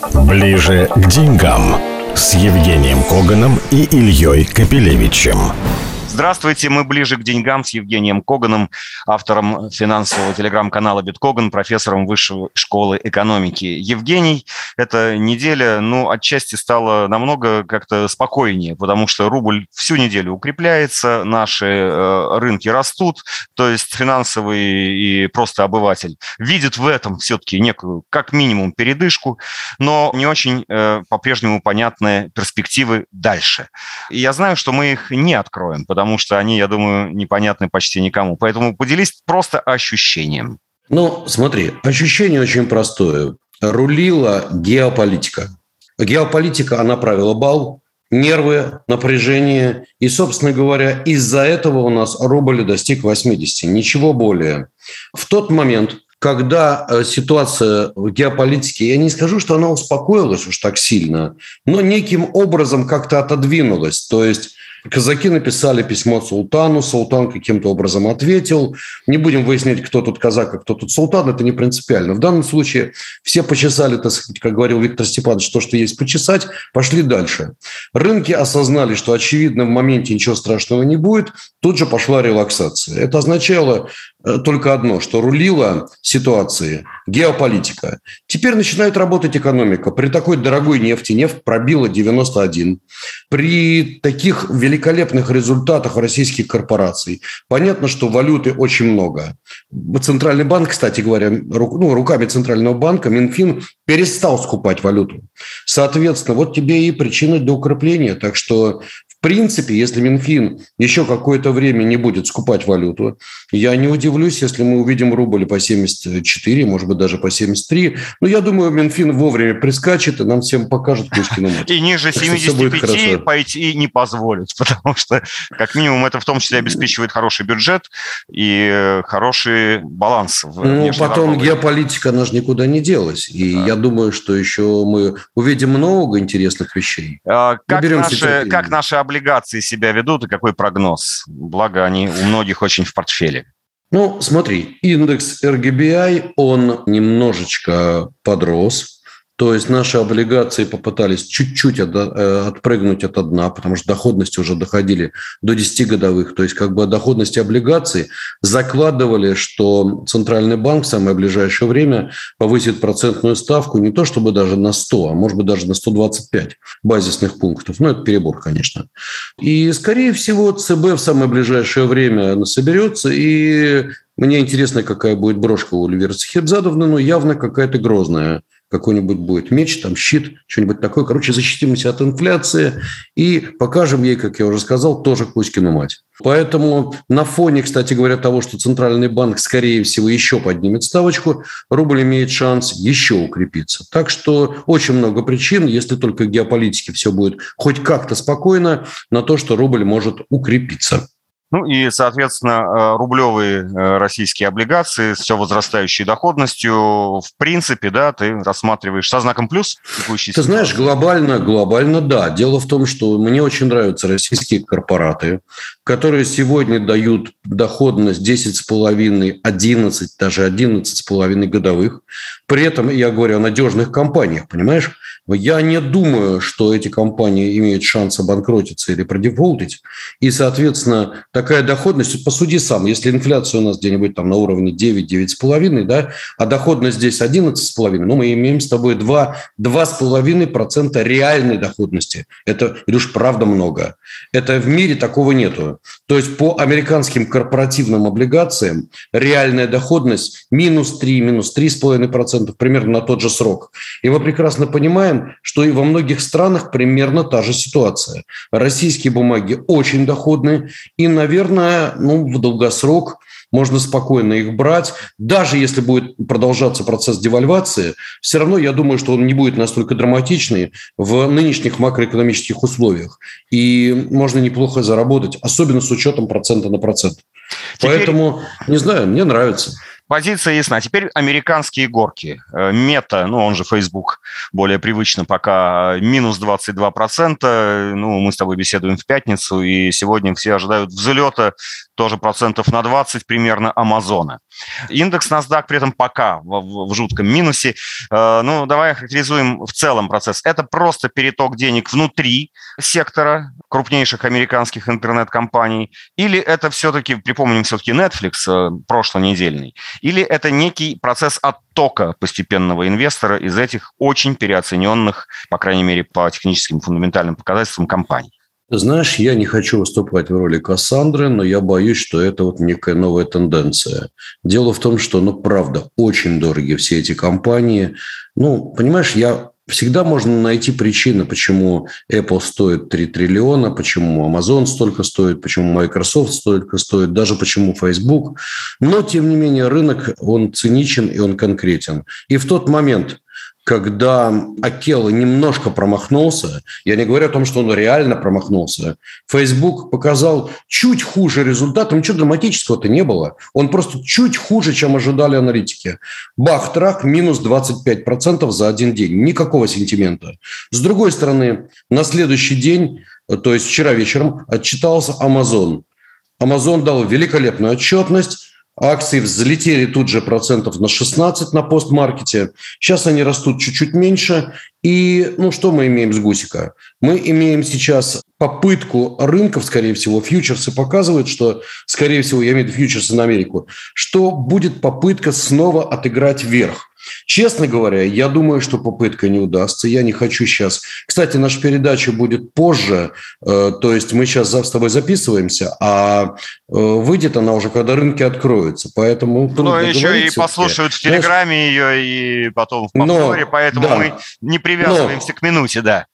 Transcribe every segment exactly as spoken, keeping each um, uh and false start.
Ближе к деньгам с Евгением Коганом и Ильей Капелевичем. Здравствуйте, мы ближе к деньгам с Евгением Коганом, автором финансового телеграм-канала «Биткоган», профессором Высшей школы экономики. Евгений, эта неделя, ну, отчасти стала намного как-то спокойнее, потому что рубль всю неделю укрепляется, наши э, рынки растут, то есть финансовый и просто обыватель видит в этом все-таки некую, как минимум, передышку, но не очень э, по-прежнему понятные перспективы дальше. И я знаю, что мы их не откроем, потому потому что они, я думаю, непонятны почти никому. Поэтому поделись просто ощущением. Ну, смотри, ощущение очень простое. Рулила геополитика. Геополитика, она правила бал, нервы, напряжение. И, собственно говоря, из-за этого у нас рубль достиг восьмидесяти. Ничего более. В тот момент, когда ситуация в геополитике, я не скажу, что она успокоилась уж так сильно, но неким образом как-то отодвинулась. То есть казаки написали письмо султану, султан каким-то образом ответил. Не будем выяснять, кто тут казак, а кто тут султан, это не принципиально. В данном случае все почесали, так сказать, как говорил Виктор Степанович, то, что есть почесать, пошли дальше. Рынки осознали, что, очевидно, в моменте ничего страшного не будет, тут же пошла релаксация. Это означало только одно, что рулила ситуации геополитика. Теперь начинает работать экономика. При такой дорогой нефти, нефть пробила девяносто один. При таких великолепных результатах российских корпораций понятно, что валюты очень много. Центральный банк, кстати говоря, рук, ну, руками Центрального банка Минфин перестал скупать валюту. Соответственно, вот тебе и причина для укрепления. Так что, в принципе, если Минфин еще какое-то время не будет скупать валюту, я не удивлюсь, если мы увидим рубль по семьдесят четыре, может быть, даже по семьдесят три. Но я думаю, Минфин вовремя прискачет и нам всем покажет Кузькину мать. И ниже семидесяти пяти пойти не позволит, потому что, как минимум, это в том числе обеспечивает хороший бюджет и хороший баланс. Ну, потом геополитика, она же никуда не делась. И да. Я думаю, что еще мы увидим много интересных вещей. А, как, наши, как наши облигации себя ведут и какой прогноз? Благо, они у многих очень в портфеле. Ну, смотри, индекс эр джи би ай, он немножечко подрос. То есть наши облигации попытались чуть-чуть отпрыгнуть от дна, потому что доходности уже доходили до десятигодовых. То есть как бы о доходности облигаций закладывали, что Центральный банк в самое ближайшее время повысит процентную ставку не то чтобы даже на сто, а может быть даже на сто двадцать пять базисных пунктов. Ну, это перебор, конечно. И, скорее всего, ЦБ в самое ближайшее время соберется, и мне интересно, какая будет брошка у Эльвиры Сахибзадовны, но явно какая-то грозная. Какой-нибудь будет меч, там щит, что-нибудь такое. Короче, защитимся от инфляции и покажем ей, как я уже сказал, тоже Кузькину мать. Поэтому на фоне, кстати говоря, того, что Центральный банк, скорее всего, еще поднимет ставочку, рубль имеет шанс еще укрепиться. Так что очень много причин, если только в геополитике все будет хоть как-то спокойно, на то, что рубль может укрепиться. Ну и, соответственно, рублевые российские облигации с все возрастающей доходностью, в принципе, да, ты рассматриваешь со знаком плюс текущей Ты ситуации. знаешь, глобально, глобально, да. Дело в том, что мне очень нравятся российские корпораты, которые сегодня дают доходность десять с половиной, одиннадцать, даже одиннадцать с половиной годовых. При этом я говорю о надежных компаниях, понимаешь? Я не думаю, что эти компании имеют шанс обанкротиться или продефолтить. И, соответственно, такая доходность, посуди сам, если инфляция у нас где-нибудь там на уровне девять - девять с половиной, да, а доходность здесь одиннадцать с половиной, ну, мы имеем с тобой два - два с половиной процента реальной доходности. Это, Илюш, правда много. Это в мире такого нету. То есть по американским корпоративным облигациям реальная доходность минус три, минус три с половиной процента примерно на тот же срок. И мы прекрасно понимаем, что и во многих странах примерно та же ситуация. Российские бумаги очень доходные, и, наверное, ну, в долгосрок можно спокойно их брать. Даже если будет продолжаться процесс девальвации, все равно я думаю, что он не будет настолько драматичный в нынешних макроэкономических условиях. И можно неплохо заработать, особенно с учетом процента на процент. Теперь... Поэтому, не знаю, мне нравится. Позиция ясна. Теперь американские горки. Мета, ну, он же Facebook, более привычно пока, минус двадцать два процента. Ну, мы с тобой беседуем в пятницу, и сегодня все ожидают взлета тоже процентов на двадцать примерно Амазона. Индекс NASDAQ при этом пока в, в жутком минусе. Ну, давай охарактеризуем в целом процесс. Это просто переток денег внутри сектора крупнейших американских интернет-компаний, или это все-таки, припомним, все-таки Netflix прошлонедельный, или это некий процесс оттока постепенного инвестора из этих очень переоцененных, по крайней мере, по техническим фундаментальным показателям компаний? Знаешь, я не хочу выступать в роли Кассандры, но я боюсь, что это вот некая новая тенденция. Дело в том, что, ну, правда, очень дороги все эти компании. Ну, понимаешь, я... Всегда можно найти причины, почему Apple стоит три триллиона, почему Amazon столько стоит, почему Microsoft столько стоит, даже почему Facebook. Но, тем не менее, рынок, он циничен и он конкретен. И в тот момент, когда Акела немножко промахнулся, я не говорю о том, что он реально промахнулся, Facebook показал чуть хуже результат, ничего драматического-то не было. Он просто чуть хуже, чем ожидали аналитики. Бах-трах, минус двадцать пять процентов за один день. Никакого сентимента. С другой стороны, на следующий день, то есть вчера вечером, отчитался Amazon. Amazon дал великолепную отчетность. Акции взлетели тут же процентов на шестнадцать на постмаркете. Сейчас они растут чуть-чуть меньше. И ну, что мы имеем с гусика? Мы имеем сейчас попытку рынков, скорее всего, фьючерсы показывают, что, скорее всего, я имею в виду фьючерсы на Америку, что будет попытка снова отыграть вверх. Честно говоря, я думаю, что попытка не удастся. Я не хочу сейчас... Кстати, наша передача будет позже. Э, то есть мы сейчас с тобой записываемся, а э, выйдет она уже, когда рынки откроются. Поэтому ну, еще и послушают в Телеграме ее, и потом в повторе. Поэтому да. мы не привязываемся Но... к минуте, да.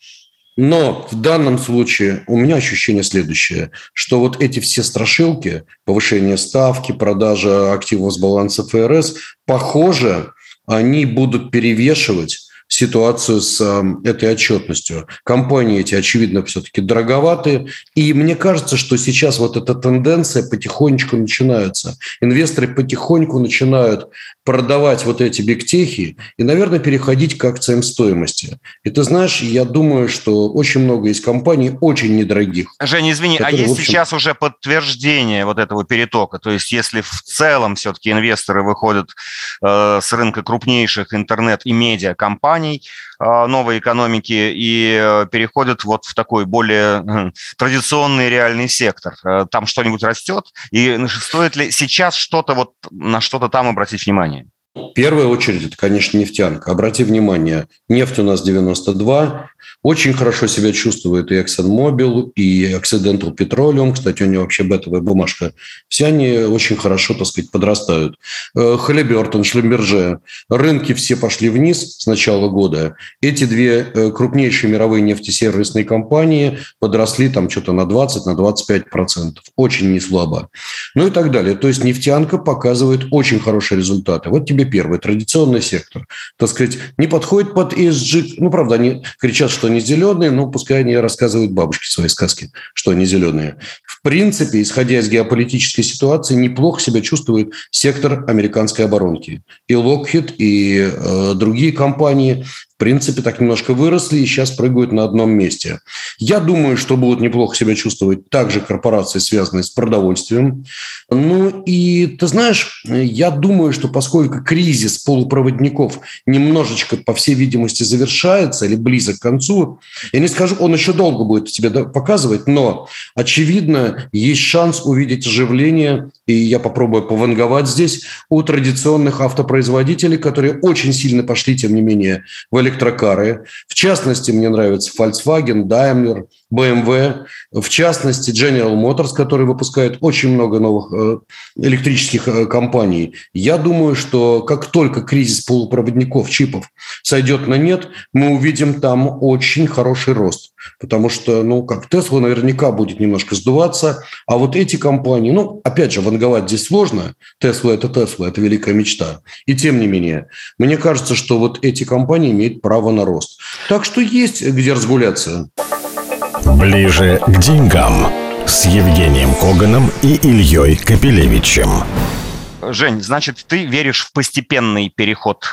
Но в данном случае у меня ощущение следующее, что вот эти все страшилки, повышение ставки, продажа активов с баланса эф эр эс, похоже... они будут перевешивать ситуацию с э, этой отчетностью. Компании эти, очевидно, все-таки дороговаты. И мне кажется, что сейчас вот эта тенденция потихонечку начинается. Инвесторы потихоньку начинают продавать вот эти бигтехи и, наверное, переходить к акциям стоимости. И ты знаешь, я думаю, что очень много есть компаний очень недорогих. Женя, извини, которые, а есть общем... сейчас уже подтверждение вот этого перетока? То есть если в целом все-таки инвесторы выходят э, с рынка крупнейших интернет- и медиакомпаний, новой экономики и переходят вот в такой более традиционный реальный сектор. Там что-нибудь растет? И стоит ли сейчас что-то вот на что-то там обратить внимание? В первую очередь, это, конечно, нефтянка. Обрати внимание, нефть у нас девяносто два. Очень хорошо себя чувствует и ExxonMobil, и Occidental Petroleum. Кстати, у него вообще бетовая бумажка. Все они очень хорошо, так сказать, подрастают. Halliburton, Schlumberger. Рынки все пошли вниз с начала года. Эти две крупнейшие мировые нефтесервисные компании подросли там что-то на двадцать, на двадцать пять процентов. Очень неслабо. Ну и так далее. То есть нефтянка показывает очень хорошие результаты. Вот тебе первый, традиционный сектор. Так сказать, не подходит под и эс джи. Ну, правда, они кричат, что они зеленые, но пускай они рассказывают бабушке свои сказки, что они зеленые. В принципе, исходя из геополитической ситуации, неплохо себя чувствует сектор американской оборонки. И Lockheed, и э, другие компании в принципе, так немножко выросли и сейчас прыгают на одном месте. Я думаю, что будут неплохо себя чувствовать также корпорации, связанные с продовольствием. Ну и, ты знаешь, я думаю, что поскольку кризис полупроводников немножечко, по всей видимости, завершается или близок к концу, я не скажу, он еще долго будет тебе показывать, но, очевидно, есть шанс увидеть оживление, и я попробую пованговать здесь, у традиционных автопроизводителей, которые очень сильно пошли, тем не менее, в электрокары. В частности, мне нравятся Volkswagen, Daimler, бэ эм вэ, в частности, General Motors, который выпускает очень много новых электрических компаний. Я думаю, что как только кризис полупроводников, чипов сойдет на нет, мы увидим там очень хороший рост. Потому что, ну, как Tesla наверняка будет немножко сдуваться, а вот эти компании, ну, опять же, ванговать здесь сложно. Tesla – это Tesla, это великая мечта. И тем не менее, мне кажется, что вот эти компании имеют право на рост. Так что есть где разгуляться. Ближе к деньгам с Евгением Коганом и Ильей Капелевичем. Жень, значит, ты веришь в постепенный переход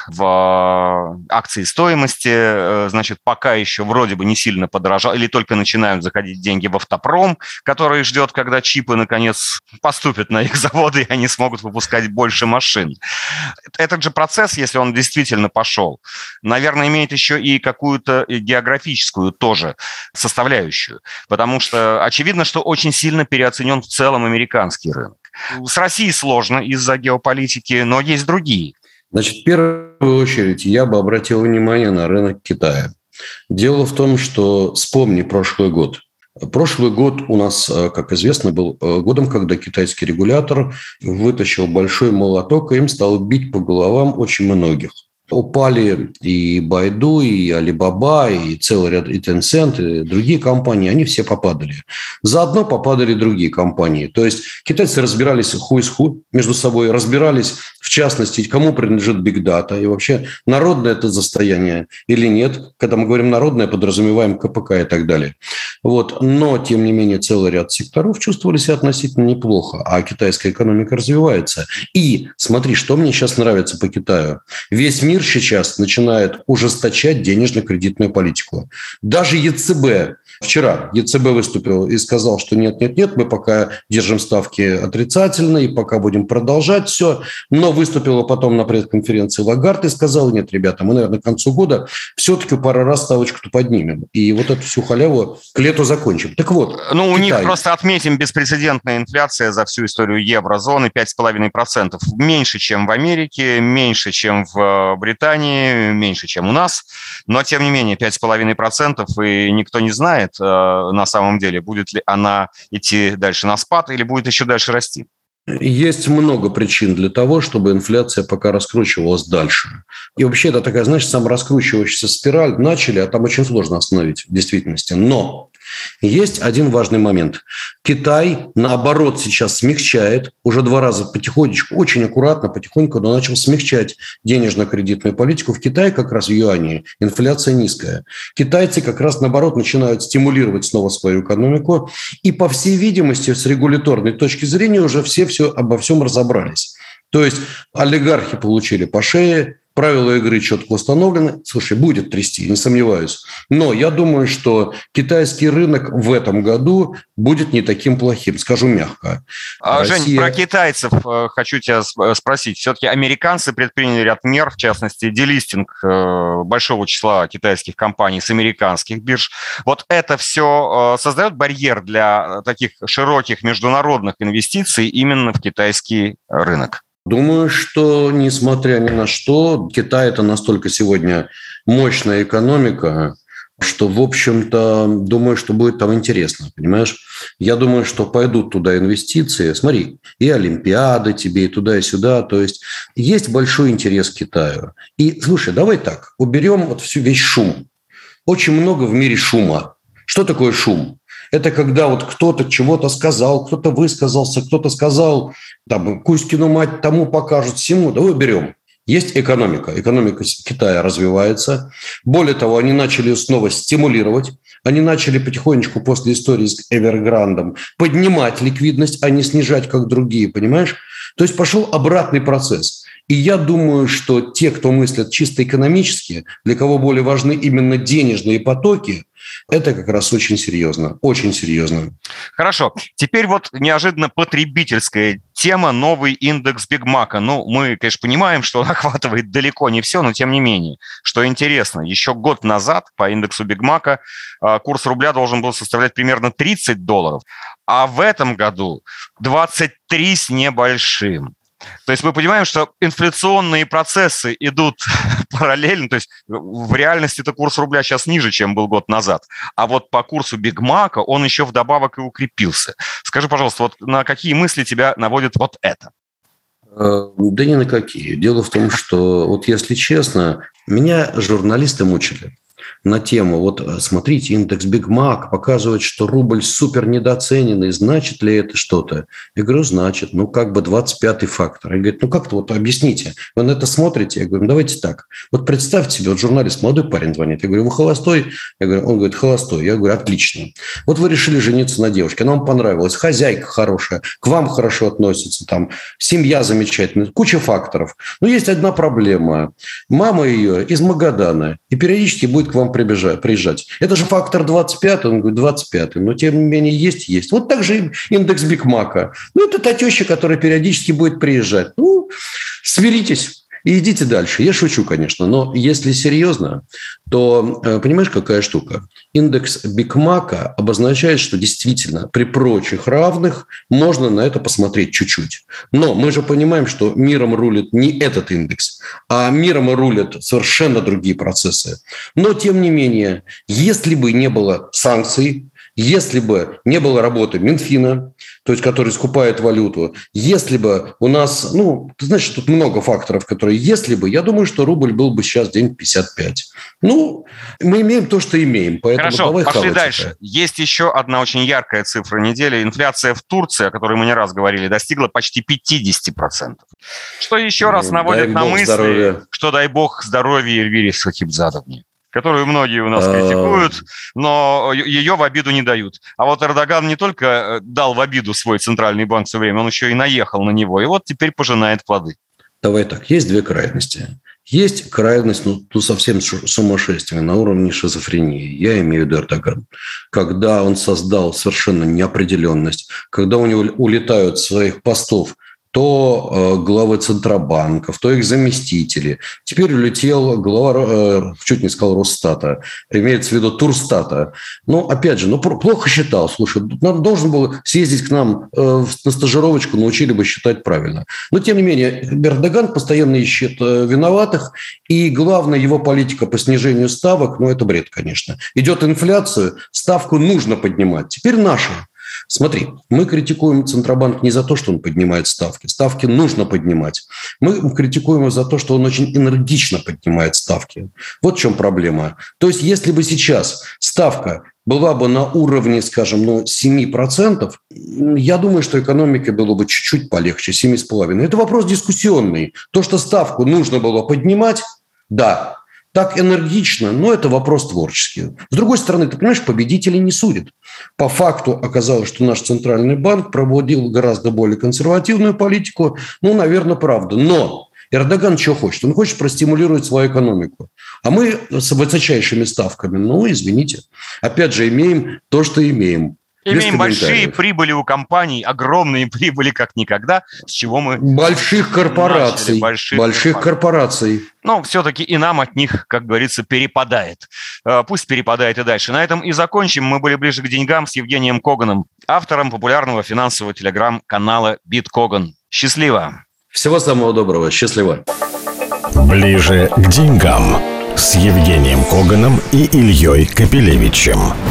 в акции стоимости, значит, пока еще вроде бы не сильно подорожал, или только начинают заходить деньги в автопром, который ждет, когда чипы, наконец, поступят на их заводы, и они смогут выпускать больше машин. Этот же процесс, если он действительно пошел, наверное, имеет еще и какую-то географическую тоже составляющую, потому что очевидно, что очень сильно переоценен в целом американский рынок. С Россией сложно из-за геополитики, но есть другие. Значит, в первую очередь я бы обратил внимание на рынок Китая. Дело в том, что вспомни прошлый год. Прошлый год у нас, как известно, был годом, когда китайский регулятор вытащил большой молоток, и им стал бить по головам очень многих. Упали и Байду, и Алибаба, и целый ряд, и Tencent, и другие компании, они все попадали. Заодно попадали другие компании. То есть китайцы разбирались who is who между собой, разбирались, в частности, кому принадлежит Big Data, и вообще народное это состояние или нет. Когда мы говорим народное, подразумеваем ка пэ ка и так далее. Вот. Но, тем не менее, целый ряд секторов чувствовали себя относительно неплохо, а китайская экономика развивается. И смотри, что мне сейчас нравится по Китаю. Весь мир сейчас начинает ужесточать денежно-кредитную политику. Даже е цэ бэ. Вчера е цэ бэ выступил и сказал, что нет-нет-нет, мы пока держим ставки отрицательно и пока будем продолжать все. Но выступила потом на пресс-конференции Лагард и сказал, нет, ребята, мы, наверное, к концу года все-таки пару раз ставочку-то поднимем. И вот эту всю халяву к лету закончим. Так вот, ну, у Китай. них, просто отметим, беспрецедентная инфляция за всю историю еврозоны пять целых пять десятых процента. Меньше, чем в Америке, меньше, чем в Британии, меньше, чем у нас. Но, тем не менее, пять целых пять десятых процента, и никто не знает, на самом деле, будет ли она идти дальше на спад или будет еще дальше расти. Есть много причин для того, чтобы инфляция пока раскручивалась дальше. И вообще это такая, знаешь, самораскручивающаяся спираль. Начали, а там очень сложно остановить в действительности. Но есть один важный момент. Китай, наоборот, сейчас смягчает, уже два раза потихонечку, очень аккуратно, потихоньку, но начал смягчать денежно-кредитную политику. В Китае как раз в юане инфляция низкая. Китайцы как раз, наоборот, начинают стимулировать снова свою экономику. И, по всей видимости, с регуляторной точки зрения уже все, все обо всем разобрались. То есть олигархи получили по шее, правила игры четко установлены. Слушай, будет трясти, не сомневаюсь. Но я думаю, что китайский рынок в этом году будет не таким плохим, скажу мягко. А, Россия... Жень, про китайцев хочу тебя спросить. Все-таки американцы предприняли ряд мер, в частности, делистинг большого числа китайских компаний с американских бирж. Вот это все создает барьер для таких широких международных инвестиций именно в китайский рынок? Думаю, что, несмотря ни на что, Китай – это настолько сегодня мощная экономика, что, в общем-то, думаю, что будет там интересно, понимаешь? Я думаю, что пойдут туда инвестиции. Смотри, и Олимпиады тебе, и туда, и сюда. То есть есть большой интерес к Китаю. И, слушай, давай так, уберем вот всю, весь шум. Очень много в мире шума. Что такое шум? Это когда вот кто-то чего-то сказал, кто-то высказался, кто-то сказал, там, Кузькину мать тому покажут, всему. Давай берем. Есть экономика. Экономика Китая развивается. Более того, они начали снова стимулировать. Они начали потихонечку после истории с Эверграндом поднимать ликвидность, а не снижать, как другие, понимаешь? То есть пошел обратный процесс. И я думаю, что те, кто мыслят чисто экономически, для кого более важны именно денежные потоки, это как раз очень серьезно, очень серьезно. Хорошо. Теперь вот неожиданно потребительская тема, новый индекс Бигмака. Ну, мы, конечно, понимаем, что он охватывает далеко не все, но тем не менее. Что интересно, еще год назад по индексу Бигмака курс рубля должен был составлять примерно тридцать долларов, а в этом году двадцать три с небольшим. То есть мы понимаем, что инфляционные процессы идут параллельно. То есть в реальности-то курс рубля сейчас ниже, чем был год назад. А вот по курсу Бигмака он еще вдобавок и укрепился. Скажи, пожалуйста, вот на какие мысли тебя наводит вот это? Да ни на какие. Дело в том, что, вот если честно, меня журналисты мучили. на тему, вот смотрите, индекс Big Mac показывает, что рубль супер недооцененный, значит ли это что-то? Я говорю, значит, ну как бы двадцать пятый фактор. Я говорю, ну как-то вот объясните, вы на это смотрите? Я говорю, ну давайте так, вот представьте себе, вот журналист, молодой парень звонит, я говорю, вы холостой? Я говорю, он говорит, холостой. Я говорю, отлично. Вот вы решили жениться на девушке, она вам понравилась, хозяйка хорошая, к вам хорошо относится, там, семья замечательная, куча факторов. Но есть одна проблема. Мама ее из Магадана и периодически будет к вам прибежать, приезжать. Это же фактор двадцать пятый, он говорит, двадцать пятый, но тем не менее есть, есть. Вот так же индекс Биг Мака. Ну, это та теща, которая периодически будет приезжать. Ну, смиритесь. И идите дальше. Я шучу, конечно, но если серьезно, то понимаешь, какая штука? Индекс Биг Мака обозначает, что действительно при прочих равных можно на это посмотреть чуть-чуть. Но мы же понимаем, что миром рулит не этот индекс, а миром рулят совершенно другие процессы. Но, тем не менее, если бы не было санкций, если бы не было работы Минфина, то есть который скупает валюту, если бы у нас, ну, ты знаешь, тут много факторов, которые, если бы, я думаю, что рубль был бы сейчас где-нибудь пятьдесят пять. Ну, мы имеем то, что имеем. Поэтому Хорошо, давай пошли хавать дальше. это. Есть еще одна очень яркая цифра недели. Инфляция в Турции, о которой мы не раз говорили, достигла почти пятьдесят процентов. Что еще раз наводит на мысли, здоровья. Что дай бог здоровья Эльвире Сахибзадовне, которую многие у нас критикуют, но ее в обиду не дают. А вот Эрдоган не только дал в обиду свой центральный банк в свое время, он еще и наехал на него, и вот теперь пожинает плоды. Давай так, есть две крайности. Есть крайность, ну, ну совсем сумасшествие на уровне шизофрении. Я имею в виду Эрдоган. Когда он создал совершенно неопределенность, когда у него улетают с своих постов то э, главы центробанков, то их заместители. Теперь улетел глава, э, чуть не сказал Росстата, имеется в виду Турстата. Но, опять же, ну, плохо считал. Слушай, надо, должен был съездить к нам э, на стажировочку, научили бы считать правильно. Но, тем не менее, Эрдоган постоянно ищет э, виноватых, и главная его политика по снижению ставок, ну, это бред, конечно. Идет инфляция, ставку нужно поднимать. Теперь наша. Смотри, мы критикуем Центробанк не за то, что он поднимает ставки. Ставки нужно поднимать. Мы критикуем его за то, что он очень энергично поднимает ставки. Вот в чем проблема. То есть, если бы сейчас ставка была бы на уровне, скажем, ну, семь процентов, я думаю, что экономике было бы чуть-чуть полегче, семь целых пять десятых. Это вопрос дискуссионный. То, что ставку нужно было поднимать, да, так энергично, но это вопрос творческий. С другой стороны, ты понимаешь, победителей не судят. По факту оказалось, что наш центральный банк проводил гораздо более консервативную политику. Ну, наверное, правда. Но Эрдоган что хочет? Он хочет простимулировать свою экономику. А мы с высочайшими ставками, ну, извините, опять же, имеем то, что имеем. Имеем большие прибыли у компаний, огромные прибыли как никогда, с чего мы... Больших корпораций. Больших, больших корпораций. Но все-таки и нам от них, как говорится, перепадает. Пусть перепадает и дальше. На этом и закончим. Мы были ближе к деньгам с Евгением Коганом, автором популярного финансового телеграм-канала BitKogan. Счастливо! Всего самого доброго. Счастливо! Ближе к деньгам с Евгением Коганом и Ильей Капелевичем.